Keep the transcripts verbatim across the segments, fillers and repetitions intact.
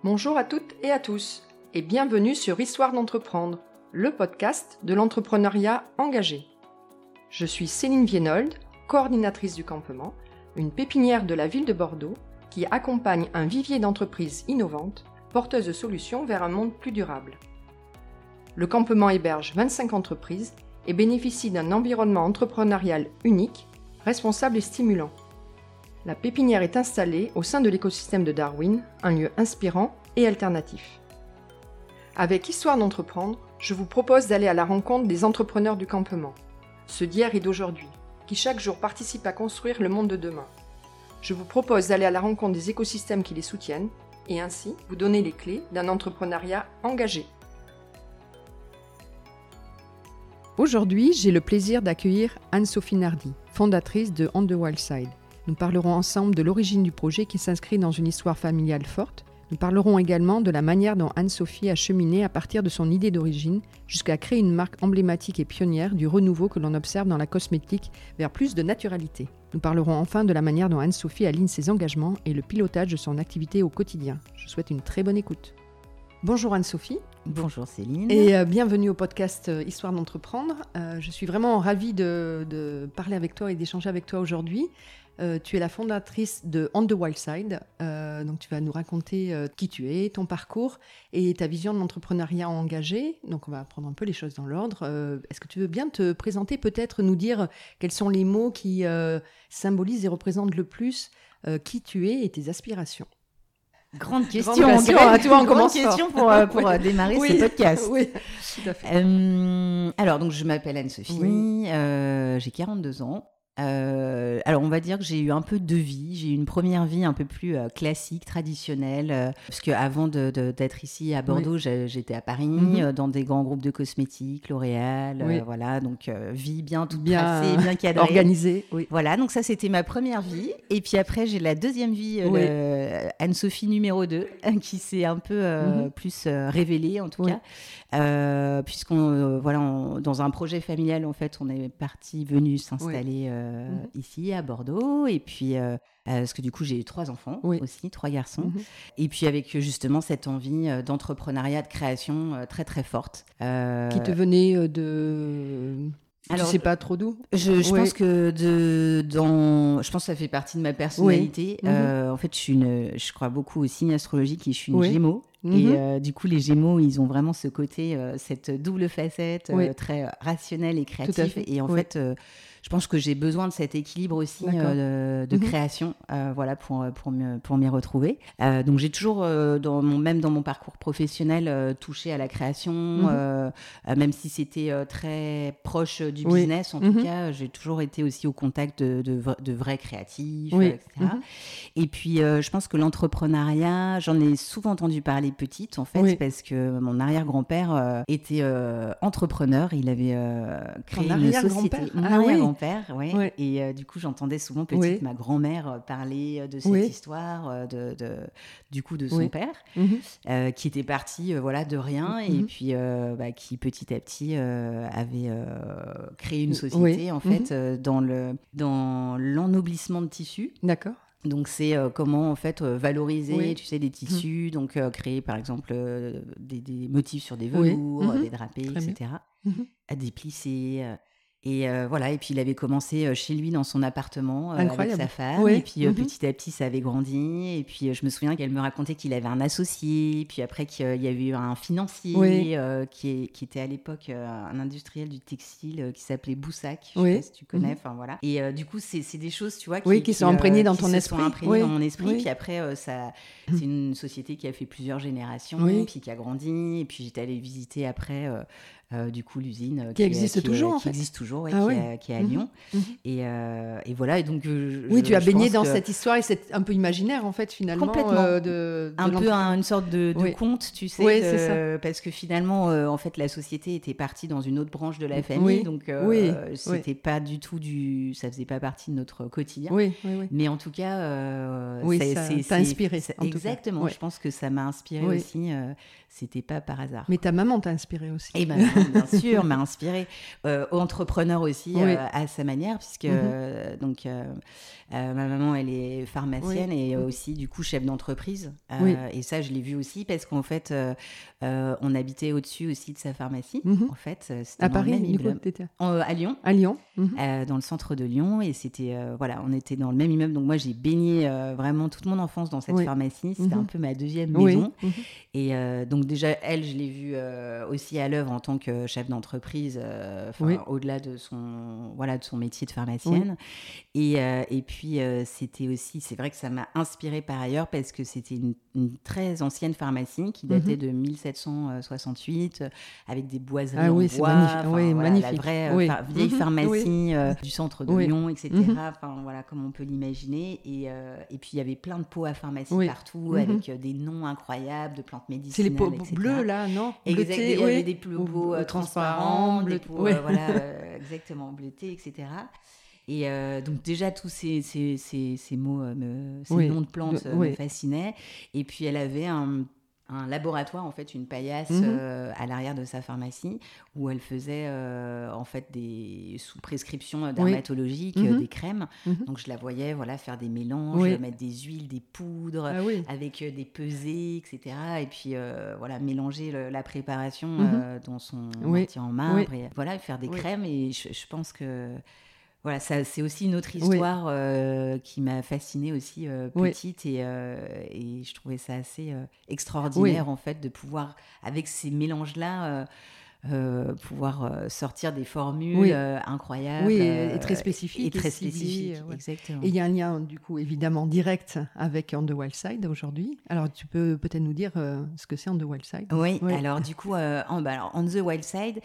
Bonjour à toutes et à tous, et bienvenue sur Histoire d'entreprendre, le podcast de l'entrepreneuriat engagé. Je suis Céline Vienold, coordinatrice du campement, une pépinière de la ville de Bordeaux qui accompagne un vivier d'entreprises innovantes, porteuses de solutions vers un monde plus durable. Le campement héberge vingt-cinq entreprises et bénéficie d'un environnement entrepreneurial unique, responsable et stimulant. La pépinière est installée au sein de l'écosystème de Darwin, un lieu inspirant et alternatif. Avec Histoire d'entreprendre, je vous propose d'aller à la rencontre des entrepreneurs du campement, ceux d'hier et d'aujourd'hui, qui chaque jour participent à construire le monde de demain. Je vous propose d'aller à la rencontre des écosystèmes qui les soutiennent et ainsi vous donner les clés d'un entrepreneuriat engagé. Aujourd'hui, j'ai le plaisir d'accueillir Anne-Sophie Nardi, fondatrice de On the Wild Side. Nous parlerons ensemble de l'origine du projet qui s'inscrit dans une histoire familiale forte. Nous parlerons également de la manière dont Anne-Sophie a cheminé à partir de son idée d'origine jusqu'à créer une marque emblématique et pionnière du renouveau que l'on observe dans la cosmétique vers plus de naturalité. Nous parlerons enfin de la manière dont Anne-Sophie aligne ses engagements et le pilotage de son activité au quotidien. Je souhaite une très bonne écoute. Bonjour Anne-Sophie. Bonjour Céline. Et euh, bienvenue au podcast euh, Histoire d'entreprendre. Euh, je suis vraiment ravie de, de parler avec toi et d'échanger avec toi aujourd'hui. Euh, tu es la fondatrice de On the Wild Side, euh, donc tu vas nous raconter euh, qui tu es, ton parcours et ta vision de l'entrepreneuriat engagé. Donc on va prendre un peu les choses dans l'ordre. Euh, est-ce que tu veux bien te présenter, peut-être nous dire quels sont les mots qui euh, symbolisent et représentent le plus euh, qui tu es et tes aspirations? Grande question, Grande question, grande, tu vois, on grande commence question pour, euh, pour oui. euh, démarrer oui. ce podcast. Oui, tout à fait. Euh, alors, donc, je m'appelle Anne-Sophie, Oui. euh, j'ai quarante-deux ans. Euh, alors, on va dire que j'ai eu un peu deux vies. J'ai eu une première vie un peu plus euh, classique, traditionnelle, euh, parce que avant de, de, d'être ici à Bordeaux, oui. j'ai, j'étais à Paris, mm-hmm. euh, dans des grands groupes de cosmétiques, L'Oréal, oui. euh, voilà, donc euh, vie bien toute bien tracée, bien cadrée, organisée. Oui. Voilà, donc ça c'était ma première vie. Et puis après j'ai la deuxième vie, euh, oui. le, Anne-Sophie numéro deux, qui s'est un peu euh, mm-hmm. plus euh, révélée en tout oui. cas, euh, puisqu'on, euh, voilà, on, dans un projet familial en fait, on est parti venu s'installer. Oui. Euh, Mmh. ici à Bordeaux et puis euh, euh, parce que du coup j'ai trois enfants oui. aussi, trois garçons mmh. et puis avec justement cette envie euh, d'entrepreneuriat, de création euh, très très forte euh... qui te venait euh, de Alors, tu sais pas trop d'où Je, je oui. pense que de, dans, je pense que ça fait partie de ma personnalité. Oui. Euh, mmh. En fait, je suis une, je crois beaucoup aux signes astrologiques et je suis une oui. Gémeaux. Mmh. Et euh, du coup, les Gémeaux, ils ont vraiment ce côté, euh, cette double facette, oui. euh, très rationnelle et créative. Et en oui. fait, euh, je pense que j'ai besoin de cet équilibre aussi euh, de mmh. création, euh, voilà, pour pour me, pour m'y retrouver. Euh, donc, j'ai toujours, euh, dans mon, même dans mon parcours professionnel, euh, touché à la création, mmh. euh, euh, même si c'était euh, très proche du oui. business. En mmh. tout cas, j'ai toujours été aussi au contact de, de, de vrais créatifs, oui. euh, et cetera. Mmh. Et puis, euh, je pense que l'entrepreneuriat, j'en ai souvent entendu parler petite, en fait, oui. parce que mon arrière-grand-père euh, était euh, entrepreneur. Il avait euh, créé Ton une société. Mon ah, arrière-grand-père, oui. oui. Et euh, du coup, j'entendais souvent petite oui. ma grand-mère euh, parler de cette oui. histoire, euh, de, de, du coup, de son oui. père, mmh. euh, qui était parti, euh, voilà, de rien, mmh. et puis euh, bah, qui petit à petit euh, avait euh, créé une société, oui. en fait, mmh. euh, dans le dans l'ennoblissement de tissus. D'accord. Donc c'est euh, comment en fait euh, valoriser, oui. tu sais, des tissus, mmh. donc euh, créer par exemple euh, des, des motifs sur des velours, oui. mmh. des drapés, Très et cetera. Mmh. À déplisser. Euh, Et euh, voilà, et puis il avait commencé chez lui dans son appartement euh, avec sa femme, oui. et puis euh, mm-hmm. petit à petit ça avait grandi, et puis euh, je me souviens qu'elle me racontait qu'il avait un associé, puis après qu'il y avait eu un financier oui. euh, qui, est, qui était à l'époque euh, un industriel du textile euh, qui s'appelait Boussac, je oui. sais pas si tu connais, enfin mm-hmm. voilà. Et euh, du coup c'est, c'est des choses, tu vois, qui, oui, qui, qui sont imprégnées euh, dans ton esprit, sont imprégnées oui. dans mon esprit, oui. puis après euh, ça, c'est une société qui a fait plusieurs générations, oui. puis qui a grandi, et puis j'étais allée visiter après euh, euh, du coup l'usine qui, qui existe qui, toujours, qui en fait. existe toujours, ouais, ah, qui, oui. a, qui est à mmh. Lyon. Mmh. Et, euh, et voilà, et donc je, oui, tu as baigné dans que... cette histoire et c'est un peu imaginaire en fait finalement. Complètement. Euh, de, de un peu un, une sorte de, de oui. conte, tu sais, oui, de, c'est ça. Parce que finalement, euh, en fait, la société était partie dans une autre branche de la famille, oui. donc euh, oui. c'était oui. pas du tout du, ça faisait pas partie de notre quotidien. Oui, oui, oui. Mais en tout cas, euh, oui, c'est, ça c'est, t'a inspiré. C'est, exactement. Oui. Je pense que ça m'a inspiré oui. aussi. Euh, c'était pas par hasard. Mais ta maman t'a inspiré aussi. Et ma maman bien sûr, m'a inspirée. Euh, entrepreneur aussi, oui. euh, à sa manière, puisque mm-hmm. euh, donc, euh, euh, ma maman, elle est pharmacienne oui. et euh, aussi, du coup, chef d'entreprise. Euh, oui. Et ça, je l'ai vu aussi parce qu'en fait, euh, euh, on habitait au-dessus aussi de sa pharmacie. Mm-hmm. En fait, c'était à dans Paris, le même du immeuble. coup, euh, à Lyon. À Lyon. Mm-hmm. Euh, dans le centre de Lyon. Et c'était, euh, voilà, on était dans le même immeuble. Donc, moi, j'ai baigné euh, vraiment toute mon enfance dans cette oui. pharmacie. C'était mm-hmm. un peu ma deuxième maison. Oui. Mm-hmm. Et euh, donc, déjà, elle, je l'ai vue euh, aussi à l'œuvre en tant que chef d'entreprise, euh, oui. au-delà de son, voilà, de son métier de pharmacienne. Oui. Et, euh, et puis, euh, c'était aussi, c'est vrai que ça m'a inspirée par ailleurs parce que c'était une, une très ancienne pharmacie qui datait mm-hmm. de mille sept cent soixante-huit, euh, avec des boiseries ah, en oui, bois. C'est magnifique. Oui, voilà, magnifique. La vraie oui. euh, vieille mm-hmm. pharmacie oui. euh, du centre de oui. Lyon, et cetera. Mm-hmm. Enfin, voilà, comme on peut l'imaginer. Et, euh, et puis, il y avait plein de pots à pharmacie oui. partout, mm-hmm. avec euh, des noms incroyables de plantes médicinales. C'est les pots et cetera. bleus, là, non? Exact. Bleuté, il y avait oui. des pots euh, transparents, transparents, des pots, oui. euh, voilà, euh, exactement, bleutés, et cetera. Et euh, donc déjà tous ces, ces, ces, ces mots, euh, me, ces oui. noms de plantes euh, oui. me fascinaient. Et puis elle avait un, un laboratoire, en fait, une paillasse mm-hmm. euh, à l'arrière de sa pharmacie où elle faisait euh, en fait des sous prescription dermatologique oui. mm-hmm. euh, des crèmes. Mm-hmm. Donc je la voyais voilà faire des mélanges, oui. mettre des huiles, des poudres ah, oui. avec euh, des pesées, et cetera. Et puis euh, voilà mélanger le, la préparation mm-hmm. euh, dans son oui. mortier en marbre oui. et voilà faire des oui. crèmes. Et je, je pense que voilà, ça, c'est aussi une autre histoire oui. euh, qui m'a fascinée aussi euh, petite oui. et, euh, et je trouvais ça assez euh, extraordinaire oui. en fait de pouvoir, avec ces mélanges-là, euh, euh, pouvoir euh, sortir des formules oui. euh, incroyables. Oui, et, et très spécifiques. Et, et très spécifiques, euh, ouais. exactement. Et il y a un lien, du coup, évidemment, direct avec On the Wild Side aujourd'hui. Alors, tu peux peut-être nous dire euh, ce que c'est On the Wild Side? Oui, oui. alors du coup, euh, on, bah, alors, On the Wild Side,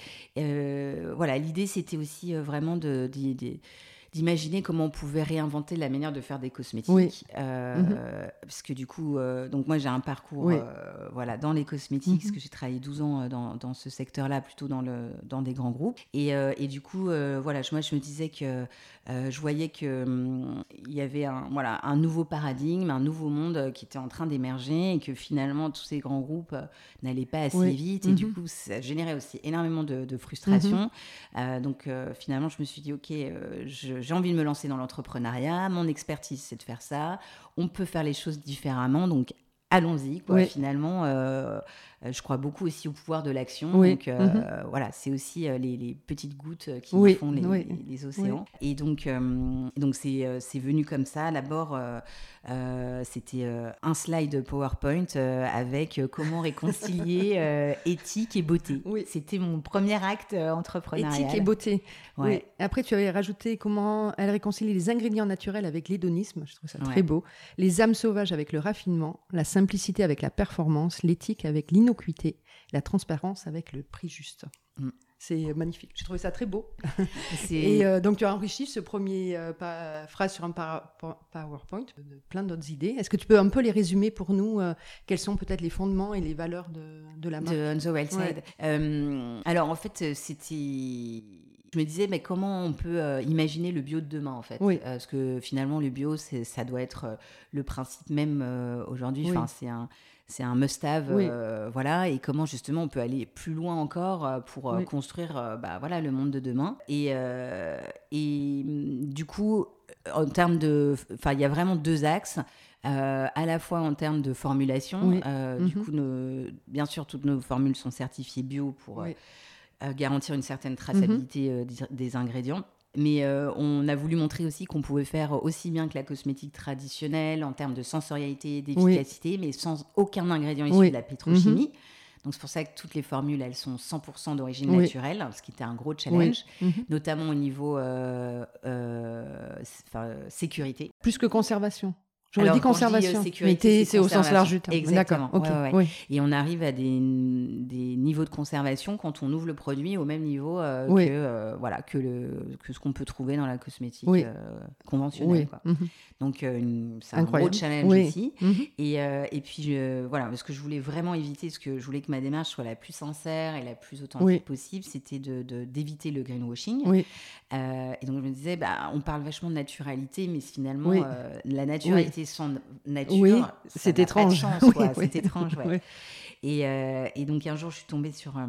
euh, voilà, l'idée, c'était aussi euh, vraiment de... de, de d'imaginer comment on pouvait réinventer la manière de faire des cosmétiques. Oui. Euh, mm-hmm. Parce que du coup, euh, donc moi j'ai un parcours oui. euh, voilà, dans les cosmétiques, mm-hmm. parce que j'ai travaillé douze ans dans, dans ce secteur-là, plutôt dans, le, dans des grands groupes. Et, euh, et du coup, euh, voilà, moi je me disais que euh, je voyais qu'il hum, y avait un, voilà, un nouveau paradigme, un nouveau monde qui était en train d'émerger et que finalement tous ces grands groupes n'allaient pas assez oui. vite. Et mm-hmm. du coup, ça générait aussi énormément de, de frustration. Mm-hmm. Euh, donc euh, finalement, je me suis dit, ok, euh, je j'ai envie de me lancer dans l'entrepreneuriat, mon expertise c'est de faire ça, on peut faire les choses différemment, donc allons-y quoi. Oui. Finalement euh, je crois beaucoup aussi au pouvoir de l'action, oui. donc euh, mm-hmm. voilà, c'est aussi euh, les, les petites gouttes qui oui. font les, oui. les, les océans oui. et donc, euh, donc c'est, euh, c'est venu comme ça. D'abord euh, euh, c'était euh, un slide PowerPoint euh, avec euh, comment réconcilier euh, éthique et beauté. Oui. C'était mon premier acte euh, entrepreneurial. Éthique et beauté. Ouais. Oui. Après tu avais rajouté comment elle réconcilie les ingrédients naturels avec l'hédonisme, je trouve ça très ouais. beau, les âmes sauvages avec le raffinement, la simplicité avec la performance, l'éthique avec l'innocuité, la transparence avec le prix juste. Mm. C'est magnifique. J'ai trouvé ça très beau. C'est... Et euh, donc, tu as enrichi ce premier euh, pa- phrase sur un para- PowerPoint de plein d'autres idées. Est-ce que tu peux un peu les résumer pour nous euh, quels sont peut-être les fondements et les valeurs de, de la marque de On the Wild Side. Ouais. Euh, alors, en fait, c'était... Je me disais, mais comment on peut euh, imaginer le bio de demain, en fait oui. euh, Parce que finalement, le bio, c'est, ça doit être euh, le principe même euh, aujourd'hui. Oui. Enfin, c'est un... C'est un must-have, oui. euh, voilà, et comment justement on peut aller plus loin encore euh, pour euh, oui. construire euh, bah, voilà, le monde de demain. Et, euh, et du coup, en termes de... Enfin, il y a vraiment deux axes, euh, à la fois en termes de formulation. Oui. Euh, mm-hmm. Du coup, nos, bien sûr, toutes nos formules sont certifiées bio pour oui. euh, garantir une certaine traçabilité mm-hmm. euh, des, des ingrédients. Mais euh, on a voulu montrer aussi qu'on pouvait faire aussi bien que la cosmétique traditionnelle en termes de sensorialité, d'efficacité, oui. mais sans aucun ingrédient issu oui. de la pétrochimie. Mm-hmm. Donc c'est pour ça que toutes les formules, elles sont cent pour cent d'origine oui. naturelle, ce qui était un gros challenge, oui. mm-hmm. notamment au niveau euh, euh, sécurité. Plus que conservation. J'aurais Alors, dit conservation, je dis, euh, sécurité, mais c'est, c'est au sens large du terme. Exactement. D'accord. Okay. Ouais, ouais. Oui. Et on arrive à des, des niveaux de conservation quand on ouvre le produit au même niveau euh, oui. que, euh, voilà, que, le, que ce qu'on peut trouver dans la cosmétique oui. euh, conventionnelle. Oui. Quoi. Mm-hmm. Donc, euh, une, c'est Incroyable. un gros challenge oui. aussi. Mm-hmm. Et, euh, et puis, je, voilà, ce que je voulais vraiment éviter, ce que je voulais que ma démarche soit la plus sincère et la plus authentique oui. possible, c'était de, de, d'éviter le greenwashing. Oui. Euh, et donc, je me disais, bah, on parle vachement de naturalité, mais finalement, oui. euh, la naturalité oui. sans nature, oui, c'est étrange. Chance, oui, quoi. Oui. C'est étrange, ouais. Oui. Et, euh, et donc un jour, je suis tombée sur un,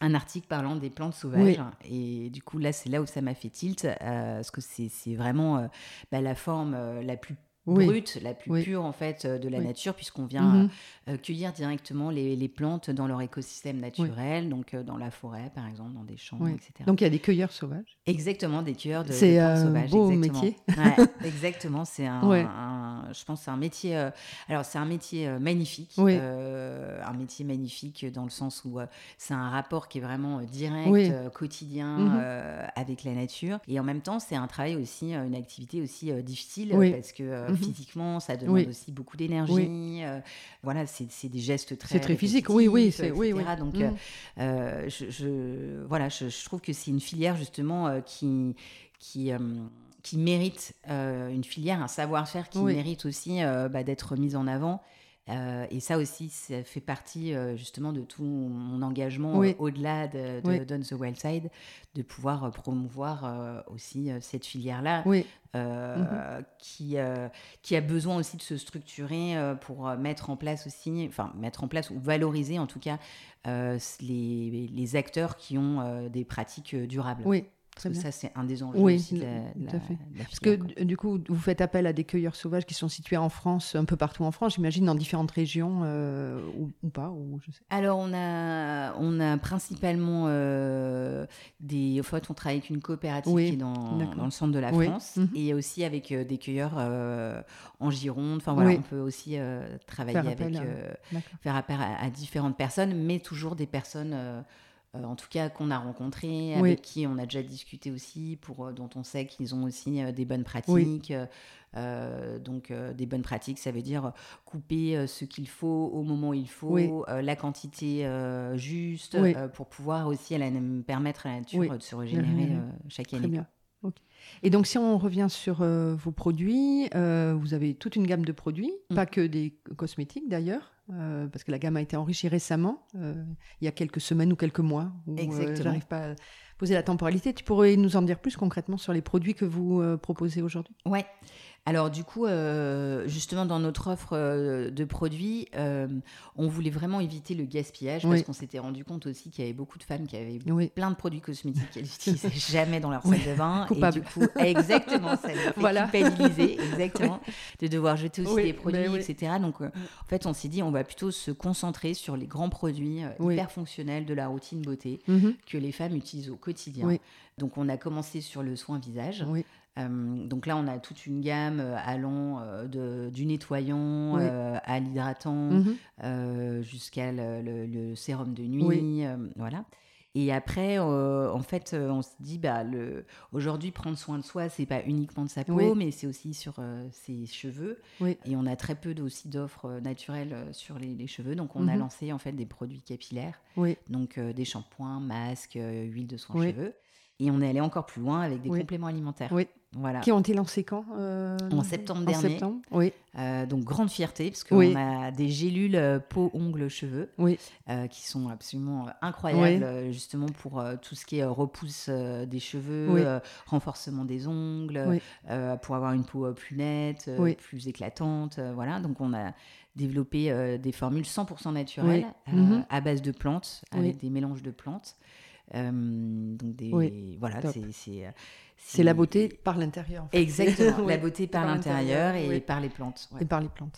un article parlant des plantes sauvages. Oui. Et du coup, là, c'est là où ça m'a fait tilt, euh, parce que c'est, c'est vraiment euh, bah, la forme euh, la plus oui. brute, la plus oui. pure en fait de la oui. nature, puisqu'on vient mm-hmm. euh, cueillir directement les, les plantes dans leur écosystème naturel, oui. donc euh, dans la forêt par exemple, dans des champs, oui. et cetera. Donc il y a des cueilleurs sauvages. Exactement, des cueilleurs de, c'est de plantes un sauvages. Beau exactement. métier. Ouais, exactement, c'est un, ouais. un, je pense, c'est un métier. Euh, alors c'est un métier euh, magnifique, oui. euh, un métier magnifique dans le sens où euh, c'est un rapport qui est vraiment euh, direct, oui. euh, quotidien mm-hmm. euh, avec la nature, et en même temps c'est un travail aussi, euh, une activité aussi euh, difficile oui. parce que euh, mm-hmm. physiquement ça demande oui. aussi beaucoup d'énergie. Oui. Euh, voilà, c'est, c'est des gestes très. C'est très physique, oui, oui, c'est et cetera. oui, oui. Donc, mm. euh, je, je, voilà, je, je trouve que c'est une filière justement euh, qui, qui, euh, qui mérite euh, une filière, un savoir-faire qui oui. mérite aussi euh, bah, d'être mise en avant. Euh, et ça aussi, ça fait partie euh, justement de tout mon engagement oui. euh, au-delà de, de oui. Down the Wild Side, de pouvoir euh, promouvoir euh, aussi euh, cette filière-là, oui. euh, mm-hmm. qui, euh, qui a besoin aussi de se structurer euh, pour mettre en place aussi, enfin mettre en place ou valoriser en tout cas euh, les, les acteurs qui ont euh, des pratiques durables. Oui. Parce que bien. ça, c'est un des enjeux oui, aussi de la, de tout à fait. La, de la Parce filière, que quoi. Du coup, vous faites appel à des cueilleurs sauvages qui sont situés en France, un peu partout en France, j'imagine, dans différentes régions, euh, ou, ou pas ou je sais. Alors, on a, on a principalement euh, des... En fait, on travaille avec une coopérative oui, qui est dans, dans le centre de la oui. France, mm-hmm. et aussi avec euh, des cueilleurs euh, en Gironde. Enfin, voilà, oui. on peut aussi euh, travailler faire avec... Appel à... Euh, faire appel à, à différentes personnes, mais toujours des personnes... Euh, Euh, en tout cas qu'on a rencontrés, avec oui. qui on a déjà discuté aussi, pour, euh, dont on sait qu'ils ont aussi euh, des bonnes pratiques. Oui. Euh, donc euh, des bonnes pratiques, ça veut dire couper euh, ce qu'il faut au moment où il faut, oui. euh, la quantité euh, juste, oui. euh, pour pouvoir aussi elle, elle, permettre à la nature oui. de se régénérer euh, chaque Très année. Bien. Okay. Et donc, si on revient sur euh, vos produits, euh, vous avez toute une gamme de produits, mmh. pas que des cosmétiques d'ailleurs, euh, parce que la gamme a été enrichie récemment, euh, il y a quelques semaines ou quelques mois, où euh, je n'arrive pas à poser la temporalité. Tu pourrais nous en dire plus concrètement sur les produits que vous euh, proposez aujourd'hui ? Ouais. Alors du coup, euh, justement dans notre offre euh, de produits, euh, on voulait vraiment éviter le gaspillage, oui. parce qu'on s'était rendu compte aussi qu'il y avait beaucoup de femmes qui avaient oui. plein de produits cosmétiques qu'elles n'utilisaient jamais dans leur salle oui. de bain. Coupable. Et du coup, exactement, ça les fait voilà. culpabiliser, exactement, oui. de devoir jeter aussi oui, des produits, oui. et cetera. Donc euh, en fait, on s'est dit, on va plutôt se concentrer sur les grands produits euh, oui. hyper fonctionnels de la routine beauté mm-hmm. que les femmes utilisent au quotidien. Oui. Donc on a commencé sur le soin visage. Oui. Euh, donc là, on a toute une gamme euh, allant euh, de, du nettoyant oui. euh, à l'hydratant mm-hmm. euh, jusqu'à le, le, le sérum de nuit, oui. euh, voilà. Et après, euh, en fait, euh, on se dit, bah, le, aujourd'hui, prendre soin de soi, c'est pas uniquement de sa peau, oui. mais c'est aussi sur euh, ses cheveux. Oui. Et on a très peu aussi d'offres euh, naturelles euh, sur les, les cheveux, donc on mm-hmm. a lancé en fait des produits capillaires, oui. donc euh, des shampoings, masques, euh, huile de soin oui. cheveux. Et on est allé encore plus loin avec des oui. compléments alimentaires. Oui. Voilà. Qui ont été lancés quand euh, En septembre en dernier. Septembre, oui. Euh, donc, grande fierté, parce qu'on oui. a des gélules euh, peau, ongles, cheveux, oui. euh, qui sont absolument incroyables, oui. justement pour euh, tout ce qui est euh, repousse euh, des cheveux, oui. euh, renforcement des ongles, oui. euh, pour avoir une peau euh, plus nette, euh, oui. plus éclatante. Euh, voilà. Donc, on a développé euh, des formules cent pour cent naturelles, oui. euh, mm-hmm. à base de plantes, avec oui. des mélanges de plantes. Euh, donc des oui, voilà c'est, c'est, c'est c'est la beauté par l'intérieur en fait. Exactement oui, la beauté par, par l'intérieur, l'intérieur et oui. par les plantes ouais. et par les plantes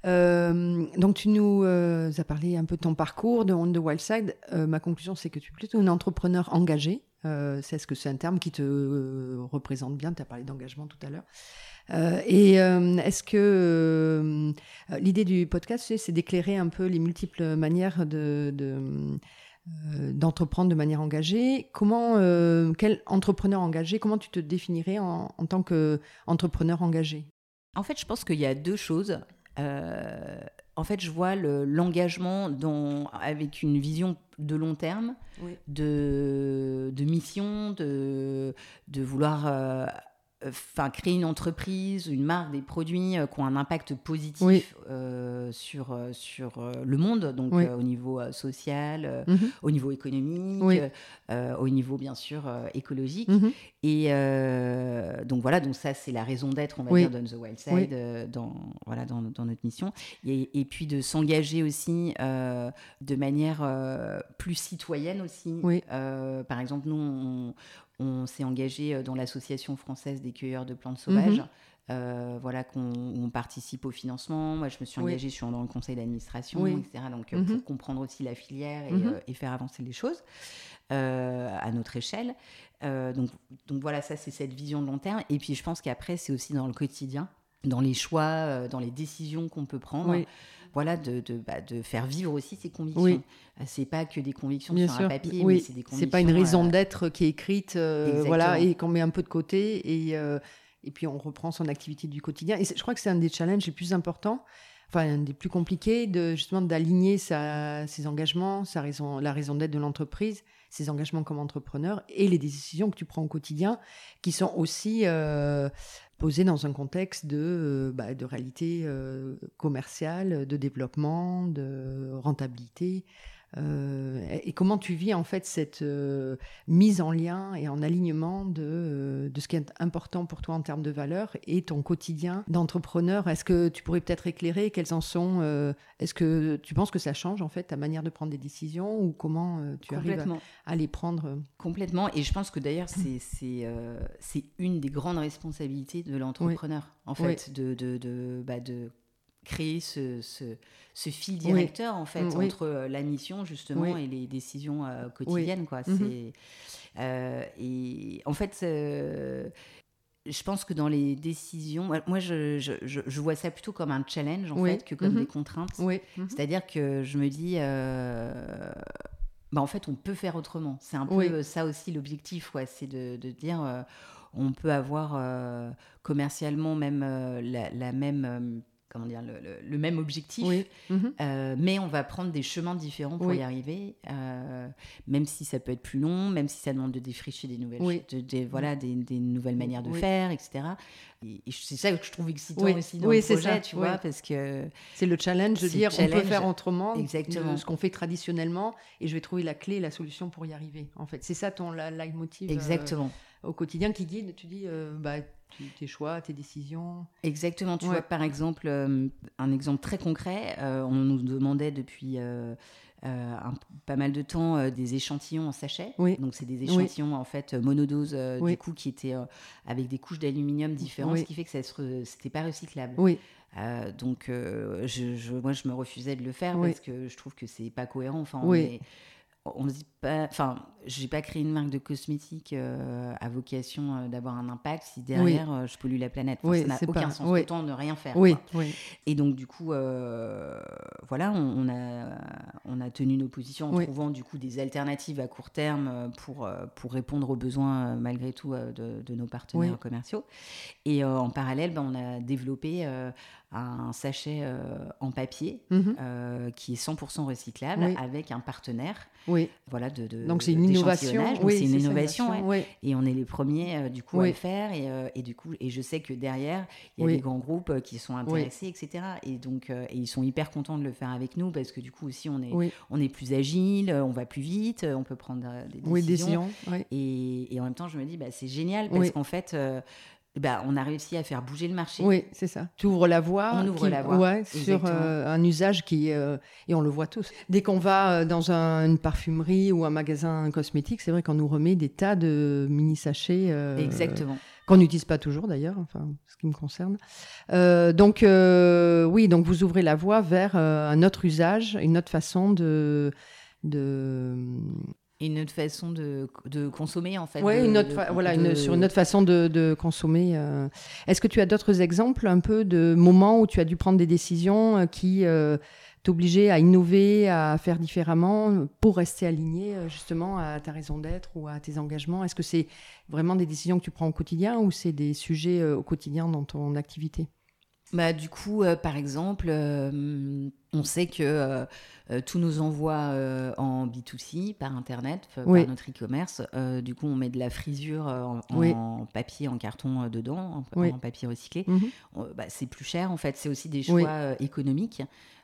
euh, donc tu nous euh, as parlé un peu de ton parcours de On the Wild Side. Euh, ma conclusion c'est que tu es plutôt une entrepreneur engagée. Euh, c'est, est-ce que c'est un terme qui te euh, représente bien? Tu as parlé d'engagement tout à l'heure. Euh, et euh, est-ce que euh, l'idée du podcast c'est, c'est d'éclairer un peu les multiples manières de, de Euh, d'entreprendre de manière engagée. Comment, euh, quel entrepreneur engagé, comment tu te définirais en, en tant qu'entrepreneur engagé? En fait, je pense qu'il y a deux choses. Euh, en fait, je vois le, l'engagement dans, avec une vision de long terme, oui. de, de mission, de, de vouloir... Euh, enfin, créer une entreprise, une marque, des produits euh, qui ont un impact positif oui. euh, sur, euh, sur euh, le monde, donc oui. euh, au niveau euh, social, euh, mm-hmm. au niveau économique, oui. euh, au niveau bien sûr euh, écologique. Mm-hmm. Et euh, donc voilà, donc ça c'est la raison d'être, on va oui. dire, dans The Wild Side, oui. euh, dans, voilà, dans, dans notre mission. Et, et puis de s'engager aussi euh, de manière euh, plus citoyenne aussi. Oui. Euh, par exemple, nous, on, on s'est engagé dans l'Association française des cueilleurs de plantes sauvages. Mm-hmm. Euh, voilà, qu'on on participe au financement. Moi, je me suis engagée, oui. je suis dans le conseil d'administration, oui. et cetera. Donc, mm-hmm. pour comprendre aussi la filière et, mm-hmm. euh, et faire avancer les choses euh, à notre échelle. Euh, donc, donc, voilà, ça, c'est cette vision de long terme. Et puis, je pense qu'après, c'est aussi dans le quotidien, dans les choix, euh, dans les décisions qu'on peut prendre. Oui. Voilà, de, de, bah, de faire vivre aussi ses convictions. Oui. C'est pas que des convictions Bien sur sûr. Un papier, oui. mais c'est des convictions... C'est pas une raison euh... d'être qui est écrite, euh, voilà, et qu'on met un peu de côté, et, euh, et puis on reprend son activité du quotidien. Et je crois que c'est un des challenges les plus importants, enfin un des plus compliqués, de, justement d'aligner sa, ses engagements, sa raison, la raison d'être de l'entreprise, ses engagements comme entrepreneur, et les décisions que tu prends au quotidien, qui sont aussi... Euh, posé dans un contexte de, euh, bah, de réalité euh, commerciale, de développement, de rentabilité. Euh, et comment tu vis en fait cette euh, mise en lien et en alignement de, euh, de ce qui est important pour toi en termes de valeurs et ton quotidien d'entrepreneur. Est-ce que tu pourrais peut-être éclairer quelles en sont euh, Est-ce que tu penses que ça change en fait ta manière de prendre des décisions ou comment euh, tu arrives à, à les prendre? Complètement. Et je pense que d'ailleurs c'est, c'est, euh, c'est une des grandes responsabilités de l'entrepreneur oui. en fait oui. de, de, de, bah, de créer ce, ce, ce fil directeur oui. en fait oui. entre euh, la mission justement oui. et les décisions euh, quotidiennes oui. quoi. Mm-hmm. C'est, euh, et en fait euh, je pense que dans les décisions, moi je, je, je, je vois ça plutôt comme un challenge en oui. fait que comme mm-hmm. des contraintes. Oui. Mm-hmm. C'est-à-dire que je me dis euh, bah, en fait on peut faire autrement. C'est un peu oui. ça aussi l'objectif, ouais, c'est de, de dire euh, on peut avoir euh, commercialement même euh, la, la même euh, comment dire, le, le, le même objectif, oui. mm-hmm. euh, mais on va prendre des chemins différents pour oui. y arriver, euh, même si ça peut être plus long, même si ça demande de défricher des nouvelles, oui. de, de, voilà, des, des nouvelles manières de oui. faire, et cetera. Et, et c'est ça que je trouve excitant oui. aussi dans oui, le c'est projet, ça. tu oui. vois, parce que... C'est le challenge de dire challenge. On peut faire autrement Exactement. de ce qu'on fait traditionnellement et je vais trouver la clé, la solution pour y arriver. En fait, c'est ça ton leitmotiv Exactement. Euh, au quotidien qui guide, tu dis... Euh, bah, tes choix, tes décisions. Exactement. Tu ouais. vois, par exemple, euh, un exemple très concret, euh, on nous demandait depuis euh, euh, un, pas mal de temps euh, des échantillons en sachet. Oui. Donc, c'est des échantillons, oui. en fait, monodose, euh, oui. du coup, qui étaient euh, avec des couches d'aluminium différentes, oui. ce qui fait que ça se, c'était pas recyclable. Oui. Euh, donc, euh, je, je, moi, je me refusais de le faire oui. parce que je trouve que c'est pas cohérent. Enfin, oui. on est... On ne dit pas, enfin, j'ai pas créé une marque de cosmétiques euh, à vocation euh, d'avoir un impact si derrière oui. euh, je pollue la planète. Enfin, oui, ça n'a aucun pas... sens. Oui. Autant ne rien faire. Oui. Quoi. Oui. Et donc du coup, euh, voilà, on, on a on a tenu nos positions en oui. trouvant du coup des alternatives à court terme pour pour répondre aux besoins malgré tout de, de nos partenaires oui. commerciaux. Et euh, en parallèle, ben, on a développé euh, un sachet euh, en papier mm-hmm. euh, qui est cent pour cent recyclable oui. avec un partenaire. Oui. Voilà, de, de, donc c'est une innovation. Donc oui, c'est une c'est innovation. Ça, ouais. oui. Et on est les premiers euh, du coup oui. à le faire. Et, euh, et du coup, et je sais que derrière, il y a oui. des grands groupes euh, qui sont intéressés, oui. et cetera. Et donc, euh, et ils sont hyper contents de le faire avec nous parce que du coup aussi, on est, oui. on est plus agile, on va plus vite, on peut prendre euh, des décisions. Oui, décisions. Oui. Et, et en même temps, je me dis, bah, c'est génial parce oui. qu'en fait. Euh, Bah, on a réussi à faire bouger le marché. Oui, c'est ça. Tu ouvres la voie. On ouvre qui, la voie. Ouais, sur euh, un usage qui... Euh, et on le voit tous. Dès qu'on va dans un, une parfumerie ou un magasin cosmétique, c'est vrai qu'on nous remet des tas de mini-sachets. Euh, Exactement. Qu'on n'utilise pas toujours, d'ailleurs, enfin, ce qui me concerne. Euh, donc, euh, oui, donc vous ouvrez la voie vers euh, un autre usage, une autre façon de... de une autre façon de, de consommer, en fait. Oui, de, une autre de, fa- voilà, de... une, sur une autre façon de, de consommer. Euh. Est-ce que tu as d'autres exemples, un peu, de moments où tu as dû prendre des décisions euh, qui euh, t'obligeaient à innover, à faire différemment, pour rester aligné, euh, justement, à ta raison d'être ou à tes engagements? Est-ce que c'est vraiment des décisions que tu prends au quotidien ou c'est des sujets euh, au quotidien dans ton activité? Bah, du coup, euh, par exemple, euh, on sait que euh, euh, tous nos envois euh, en B deux C, par Internet, f- Oui. par notre e-commerce, euh, du coup, on met de la frisure euh, en, Oui. en papier, en carton euh, dedans, en, Oui. en papier recyclé. Mhm. On- bah, c'est plus cher, en fait. C'est aussi des choix Oui. euh, économiques.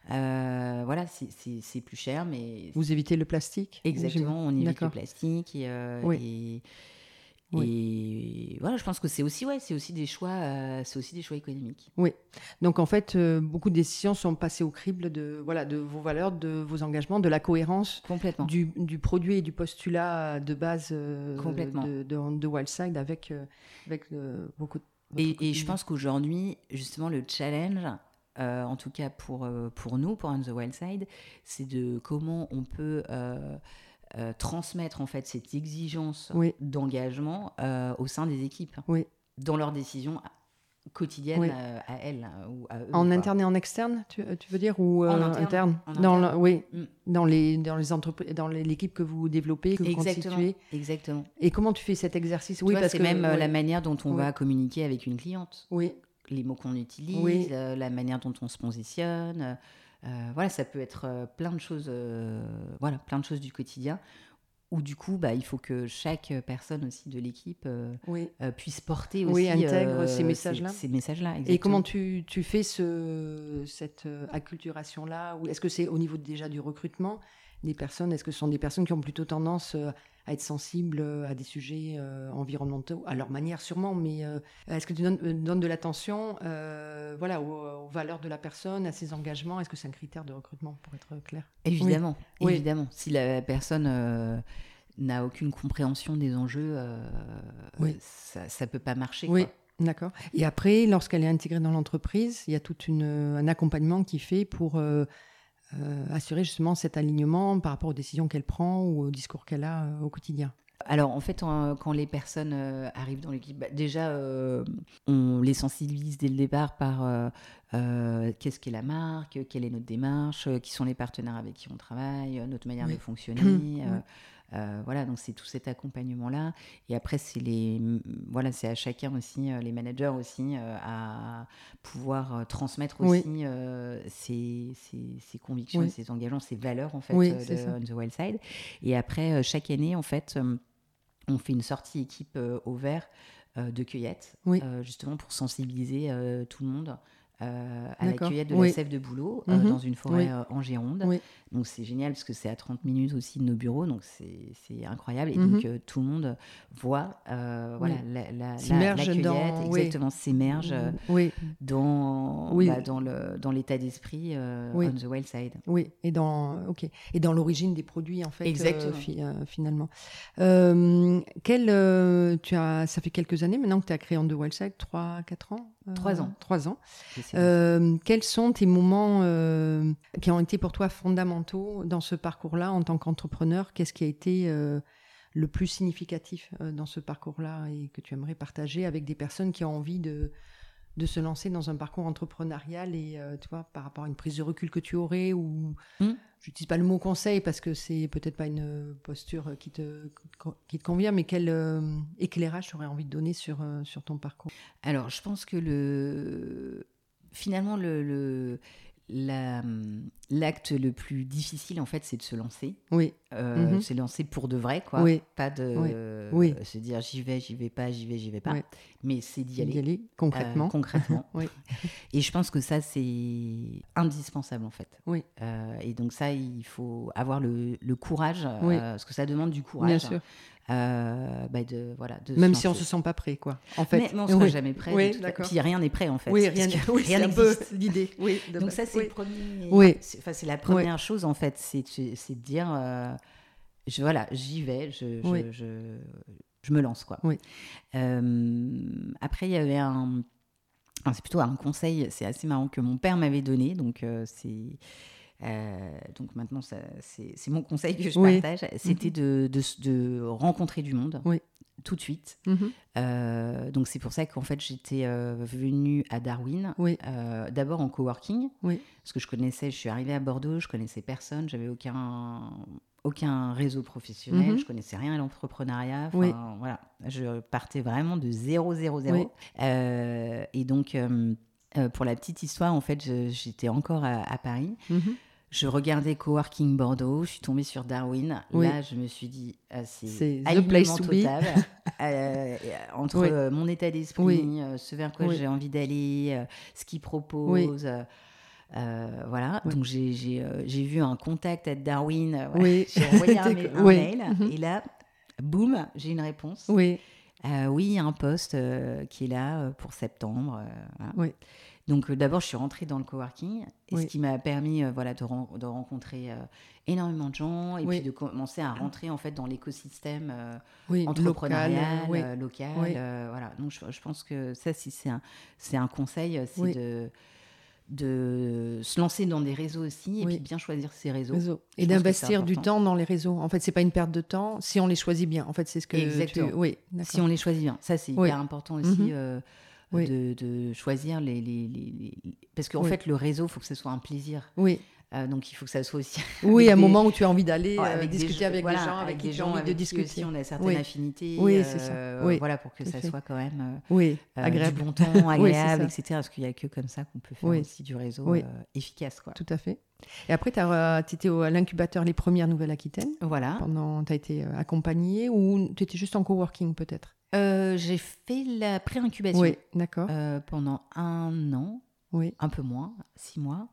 Euh, voilà, c'est, c'est, c'est plus cher, mais... Vous évitez le plastique? Exactement, on évite D'accord. le plastique et... euh, Oui. et Oui. Et voilà, je pense que c'est aussi, ouais, c'est aussi des choix, euh, c'est aussi des choix économiques. Oui. Donc en fait, euh, beaucoup de décisions sont passées au crible de, voilà, de vos valeurs, de vos engagements, de la cohérence Complètement. Du, du produit et du postulat de base euh, Complètement. de, de, de Wildside avec, euh, avec euh, beaucoup de... Et, et je pense qu'aujourd'hui, justement, le challenge, euh, en tout cas pour, euh, pour nous, pour On the Wild Side, c'est de comment on peut euh, euh, transmettre en fait cette exigence oui. d'engagement euh, au sein des équipes, oui. dans leurs décisions quotidiennes oui. à, à elles ou à eux. En quoi. interne et en externe, tu, tu veux dire, ou euh, en interne, interne, en dans interne. Le, oui, mm. dans les dans les entreprises, dans les, l'équipe que vous développez, que vous exactement, constituez. Exactement. Et comment tu fais cet exercice? Tu Oui, vois, parce c'est que même oui. la manière dont on oui. va communiquer avec une cliente. Oui. Les mots qu'on utilise, oui. euh, la manière dont on se positionne. Euh, voilà, ça peut être euh, plein de choses, euh, voilà, plein de choses du quotidien. Où du coup, bah, il faut que chaque personne aussi de l'équipe euh, oui. euh, puisse porter aussi oui, intègre euh, ces messages-là. Ces, ces messages-là Et comment tu, tu fais ce, cette acculturation-là? Ou est-ce que c'est au niveau déjà du recrutement des personnes? Est-ce que ce sont des personnes qui ont plutôt tendance à être sensibles à des sujets euh, environnementaux, à leur manière sûrement, mais euh, est-ce que tu donnes, euh, donnes de l'attention euh, voilà, aux, aux valeurs de la personne, à ses engagements? Est-ce que c'est un critère de recrutement, pour être clair? Évidemment, oui. évidemment. Si la personne euh, n'a aucune compréhension des enjeux, euh, oui. ça ne peut pas marcher. Oui. Quoi. D'accord. Et après, lorsqu'elle est intégrée dans l'entreprise, il y a tout une, un accompagnement qui fait pour euh, euh, assurer justement cet alignement par rapport aux décisions qu'elle prend ou au discours qu'elle a euh, au quotidien. Alors, en fait, en, quand les personnes euh, arrivent dans l'équipe, bah, déjà, euh, on les sensibilise dès le départ par euh, euh, qu'est-ce qu'est la marque, quelle est notre démarche, euh, qui sont les partenaires avec qui on travaille, euh, notre manière oui. de fonctionner. oui. euh, Euh, voilà, donc c'est tout cet accompagnement-là. Et après, c'est, les, voilà, c'est à chacun aussi, euh, les managers aussi, euh, à pouvoir euh, transmettre aussi oui. euh, ses, ses, ses convictions, oui. ses engagements, ses valeurs, en fait, oui, euh, de On the Wild Side. Et après, euh, chaque année, en fait, euh, on fait une sortie équipe euh, au vert euh, de cueillette, oui. euh, justement pour sensibiliser euh, tout le monde. Euh, à D'accord. la cueillette de oui. la sève de bouleau euh, mm-hmm. dans une forêt oui. euh, en Gironde. Oui. Donc c'est génial parce que c'est à trente minutes aussi de nos bureaux, donc c'est, c'est incroyable. Et mm-hmm. donc euh, tout le monde voit euh, voilà, oui. la, la, la, la cueillette, dans... exactement, oui. s'émerge euh, oui. dans, oui. bah, dans, le, dans l'état d'esprit euh, oui. On the Wild Side. Oui, et dans, okay. et dans l'origine des produits en fait, exactement. Euh, fi, euh, finalement. Euh, quel, euh, tu as, ça fait quelques années maintenant que tu as créé On the Wild Side, trois quatre ans euh, Trois ans. Trois ans. Euh, quels sont tes moments euh, qui ont été pour toi fondamentaux dans ce parcours-là en tant qu'entrepreneur? Qu'est-ce qui a été euh, le plus significatif euh, dans ce parcours-là et que tu aimerais partager avec des personnes qui ont envie de, de se lancer dans un parcours entrepreneurial et euh, tu vois, par rapport à une prise de recul que tu aurais ou mmh. je n'utilise pas le mot conseil parce que c'est peut-être pas une posture qui te, qui te convient, mais quel euh, éclairage tu aurais envie de donner sur, euh, sur ton parcours? Alors, je pense que le... finalement, le, le... La, l'acte le plus difficile, en fait, c'est de se lancer. Oui. Euh, mm-hmm. Se lancer pour de vrai, quoi. Oui. Pas de oui. Euh, oui. se dire j'y vais, j'y vais pas, j'y vais, j'y vais pas. Oui. Mais c'est d'y aller. D'y aller concrètement. Euh, concrètement. oui. Et je pense que ça, c'est indispensable, en fait. Oui. Euh, et donc ça, il faut avoir le, le courage, oui. euh, parce que ça demande du courage. Bien sûr. Euh, bah de, voilà, de même si on ne se sent pas prêt, quoi. En fait. Mais, mais on ne sera oui. jamais prêt. Oui, d'accord. Puis rien n'est prêt, en fait. Oui, rien, oui, rien n'existe. L'idée. Oui, donc ça, c'est, oui. le premier... oui. c'est, enfin, c'est la première oui. chose, en fait. C'est, c'est de dire, euh, je, voilà, j'y vais, je, je, oui. je, je me lance, quoi. Oui. Euh, après, il y avait un... Enfin, c'est plutôt un conseil, c'est assez marrant, que mon père m'avait donné. Donc, euh, c'est... Euh, donc maintenant, ça, c'est, c'est mon conseil que je oui. partage. C'était mm-hmm. de, de, de rencontrer du monde oui. tout de suite. Mm-hmm. Euh, donc c'est pour ça qu'en fait, j'étais euh, venue à Darwin, oui. euh, d'abord en coworking, oui. parce que je connaissais, je suis arrivée à Bordeaux, je connaissais personne, j'avais aucun... aucun réseau professionnel, mm-hmm. je connaissais rien à l'entrepreneuriat. Oui. Voilà, je partais vraiment de zéro, zéro, zéro. Oui. Euh, et donc... Euh, Euh, pour la petite histoire, en fait, je, j'étais encore à, à Paris. Mm-hmm. Je regardais Coworking Bordeaux, je suis tombée sur Darwin. Oui. Là, je me suis dit, ah, c'est, c'est alignement total euh, entre oui. euh, mon état d'esprit, oui. euh, ce vers quoi oui. j'ai envie d'aller, euh, ce qu'il propose. Oui. Euh, euh, voilà, oui. donc j'ai, j'ai, euh, j'ai vu un contact à Darwin. Euh, oui. J'ai envoyé un, ma- un oui. mail Mm-hmm. et là, boum, j'ai une réponse. Oui, euh, oui, il y a un poste euh, qui est là euh, pour septembre. Euh, voilà. oui. Donc euh, d'abord, je suis rentrée dans le coworking, et oui. ce qui m'a permis euh, voilà, de, ren- de rencontrer euh, énormément de gens et oui. puis de commencer à rentrer en fait dans l'écosystème euh, oui, entrepreneurial, local. Oui. Euh, local oui. euh, voilà. Donc je, je pense que ça, si c'est un, c'est un conseil, c'est oui. de, de se lancer dans des réseaux aussi et oui. puis bien choisir ses réseaux. Réseau. Et d'investir du temps dans les réseaux. En fait, c'est pas une perte de temps si on les choisit bien. En fait, c'est ce que Exactement. tu... Oui, si on les choisit bien. Ça, c'est oui. hyper important aussi. Mm-hmm. Euh, Oui. De, de choisir les, les, les, les... parce qu'en oui. fait le réseau, il faut que ce soit un plaisir. Oui. Euh, donc il faut que ça soit aussi oui, un des... moment où tu as envie d'aller ouais, euh, avec discuter des... avec voilà, des gens avec, avec qui des tu gens as envie avec de discuter. Aussi on a certaines oui. affinités. Oui, euh, c'est ça. Oui. Voilà, pour que ça fait. soit quand même euh, oui. euh, agréable. du bon temps, agréable, oui, et cetera. Parce qu'il n'y a que comme ça qu'on peut faire oui. aussi du réseau oui. euh, efficace, quoi. Tout à fait. Et après, tu étais à l'incubateur Les Premières Nouvelle-Aquitaine. Voilà. Pendant, tu as été accompagnée ou tu étais juste en coworking peut-être? euh, J'ai fait la pré-incubation. Oui, d'accord. Euh, pendant un an. Oui. Un peu moins, six mois.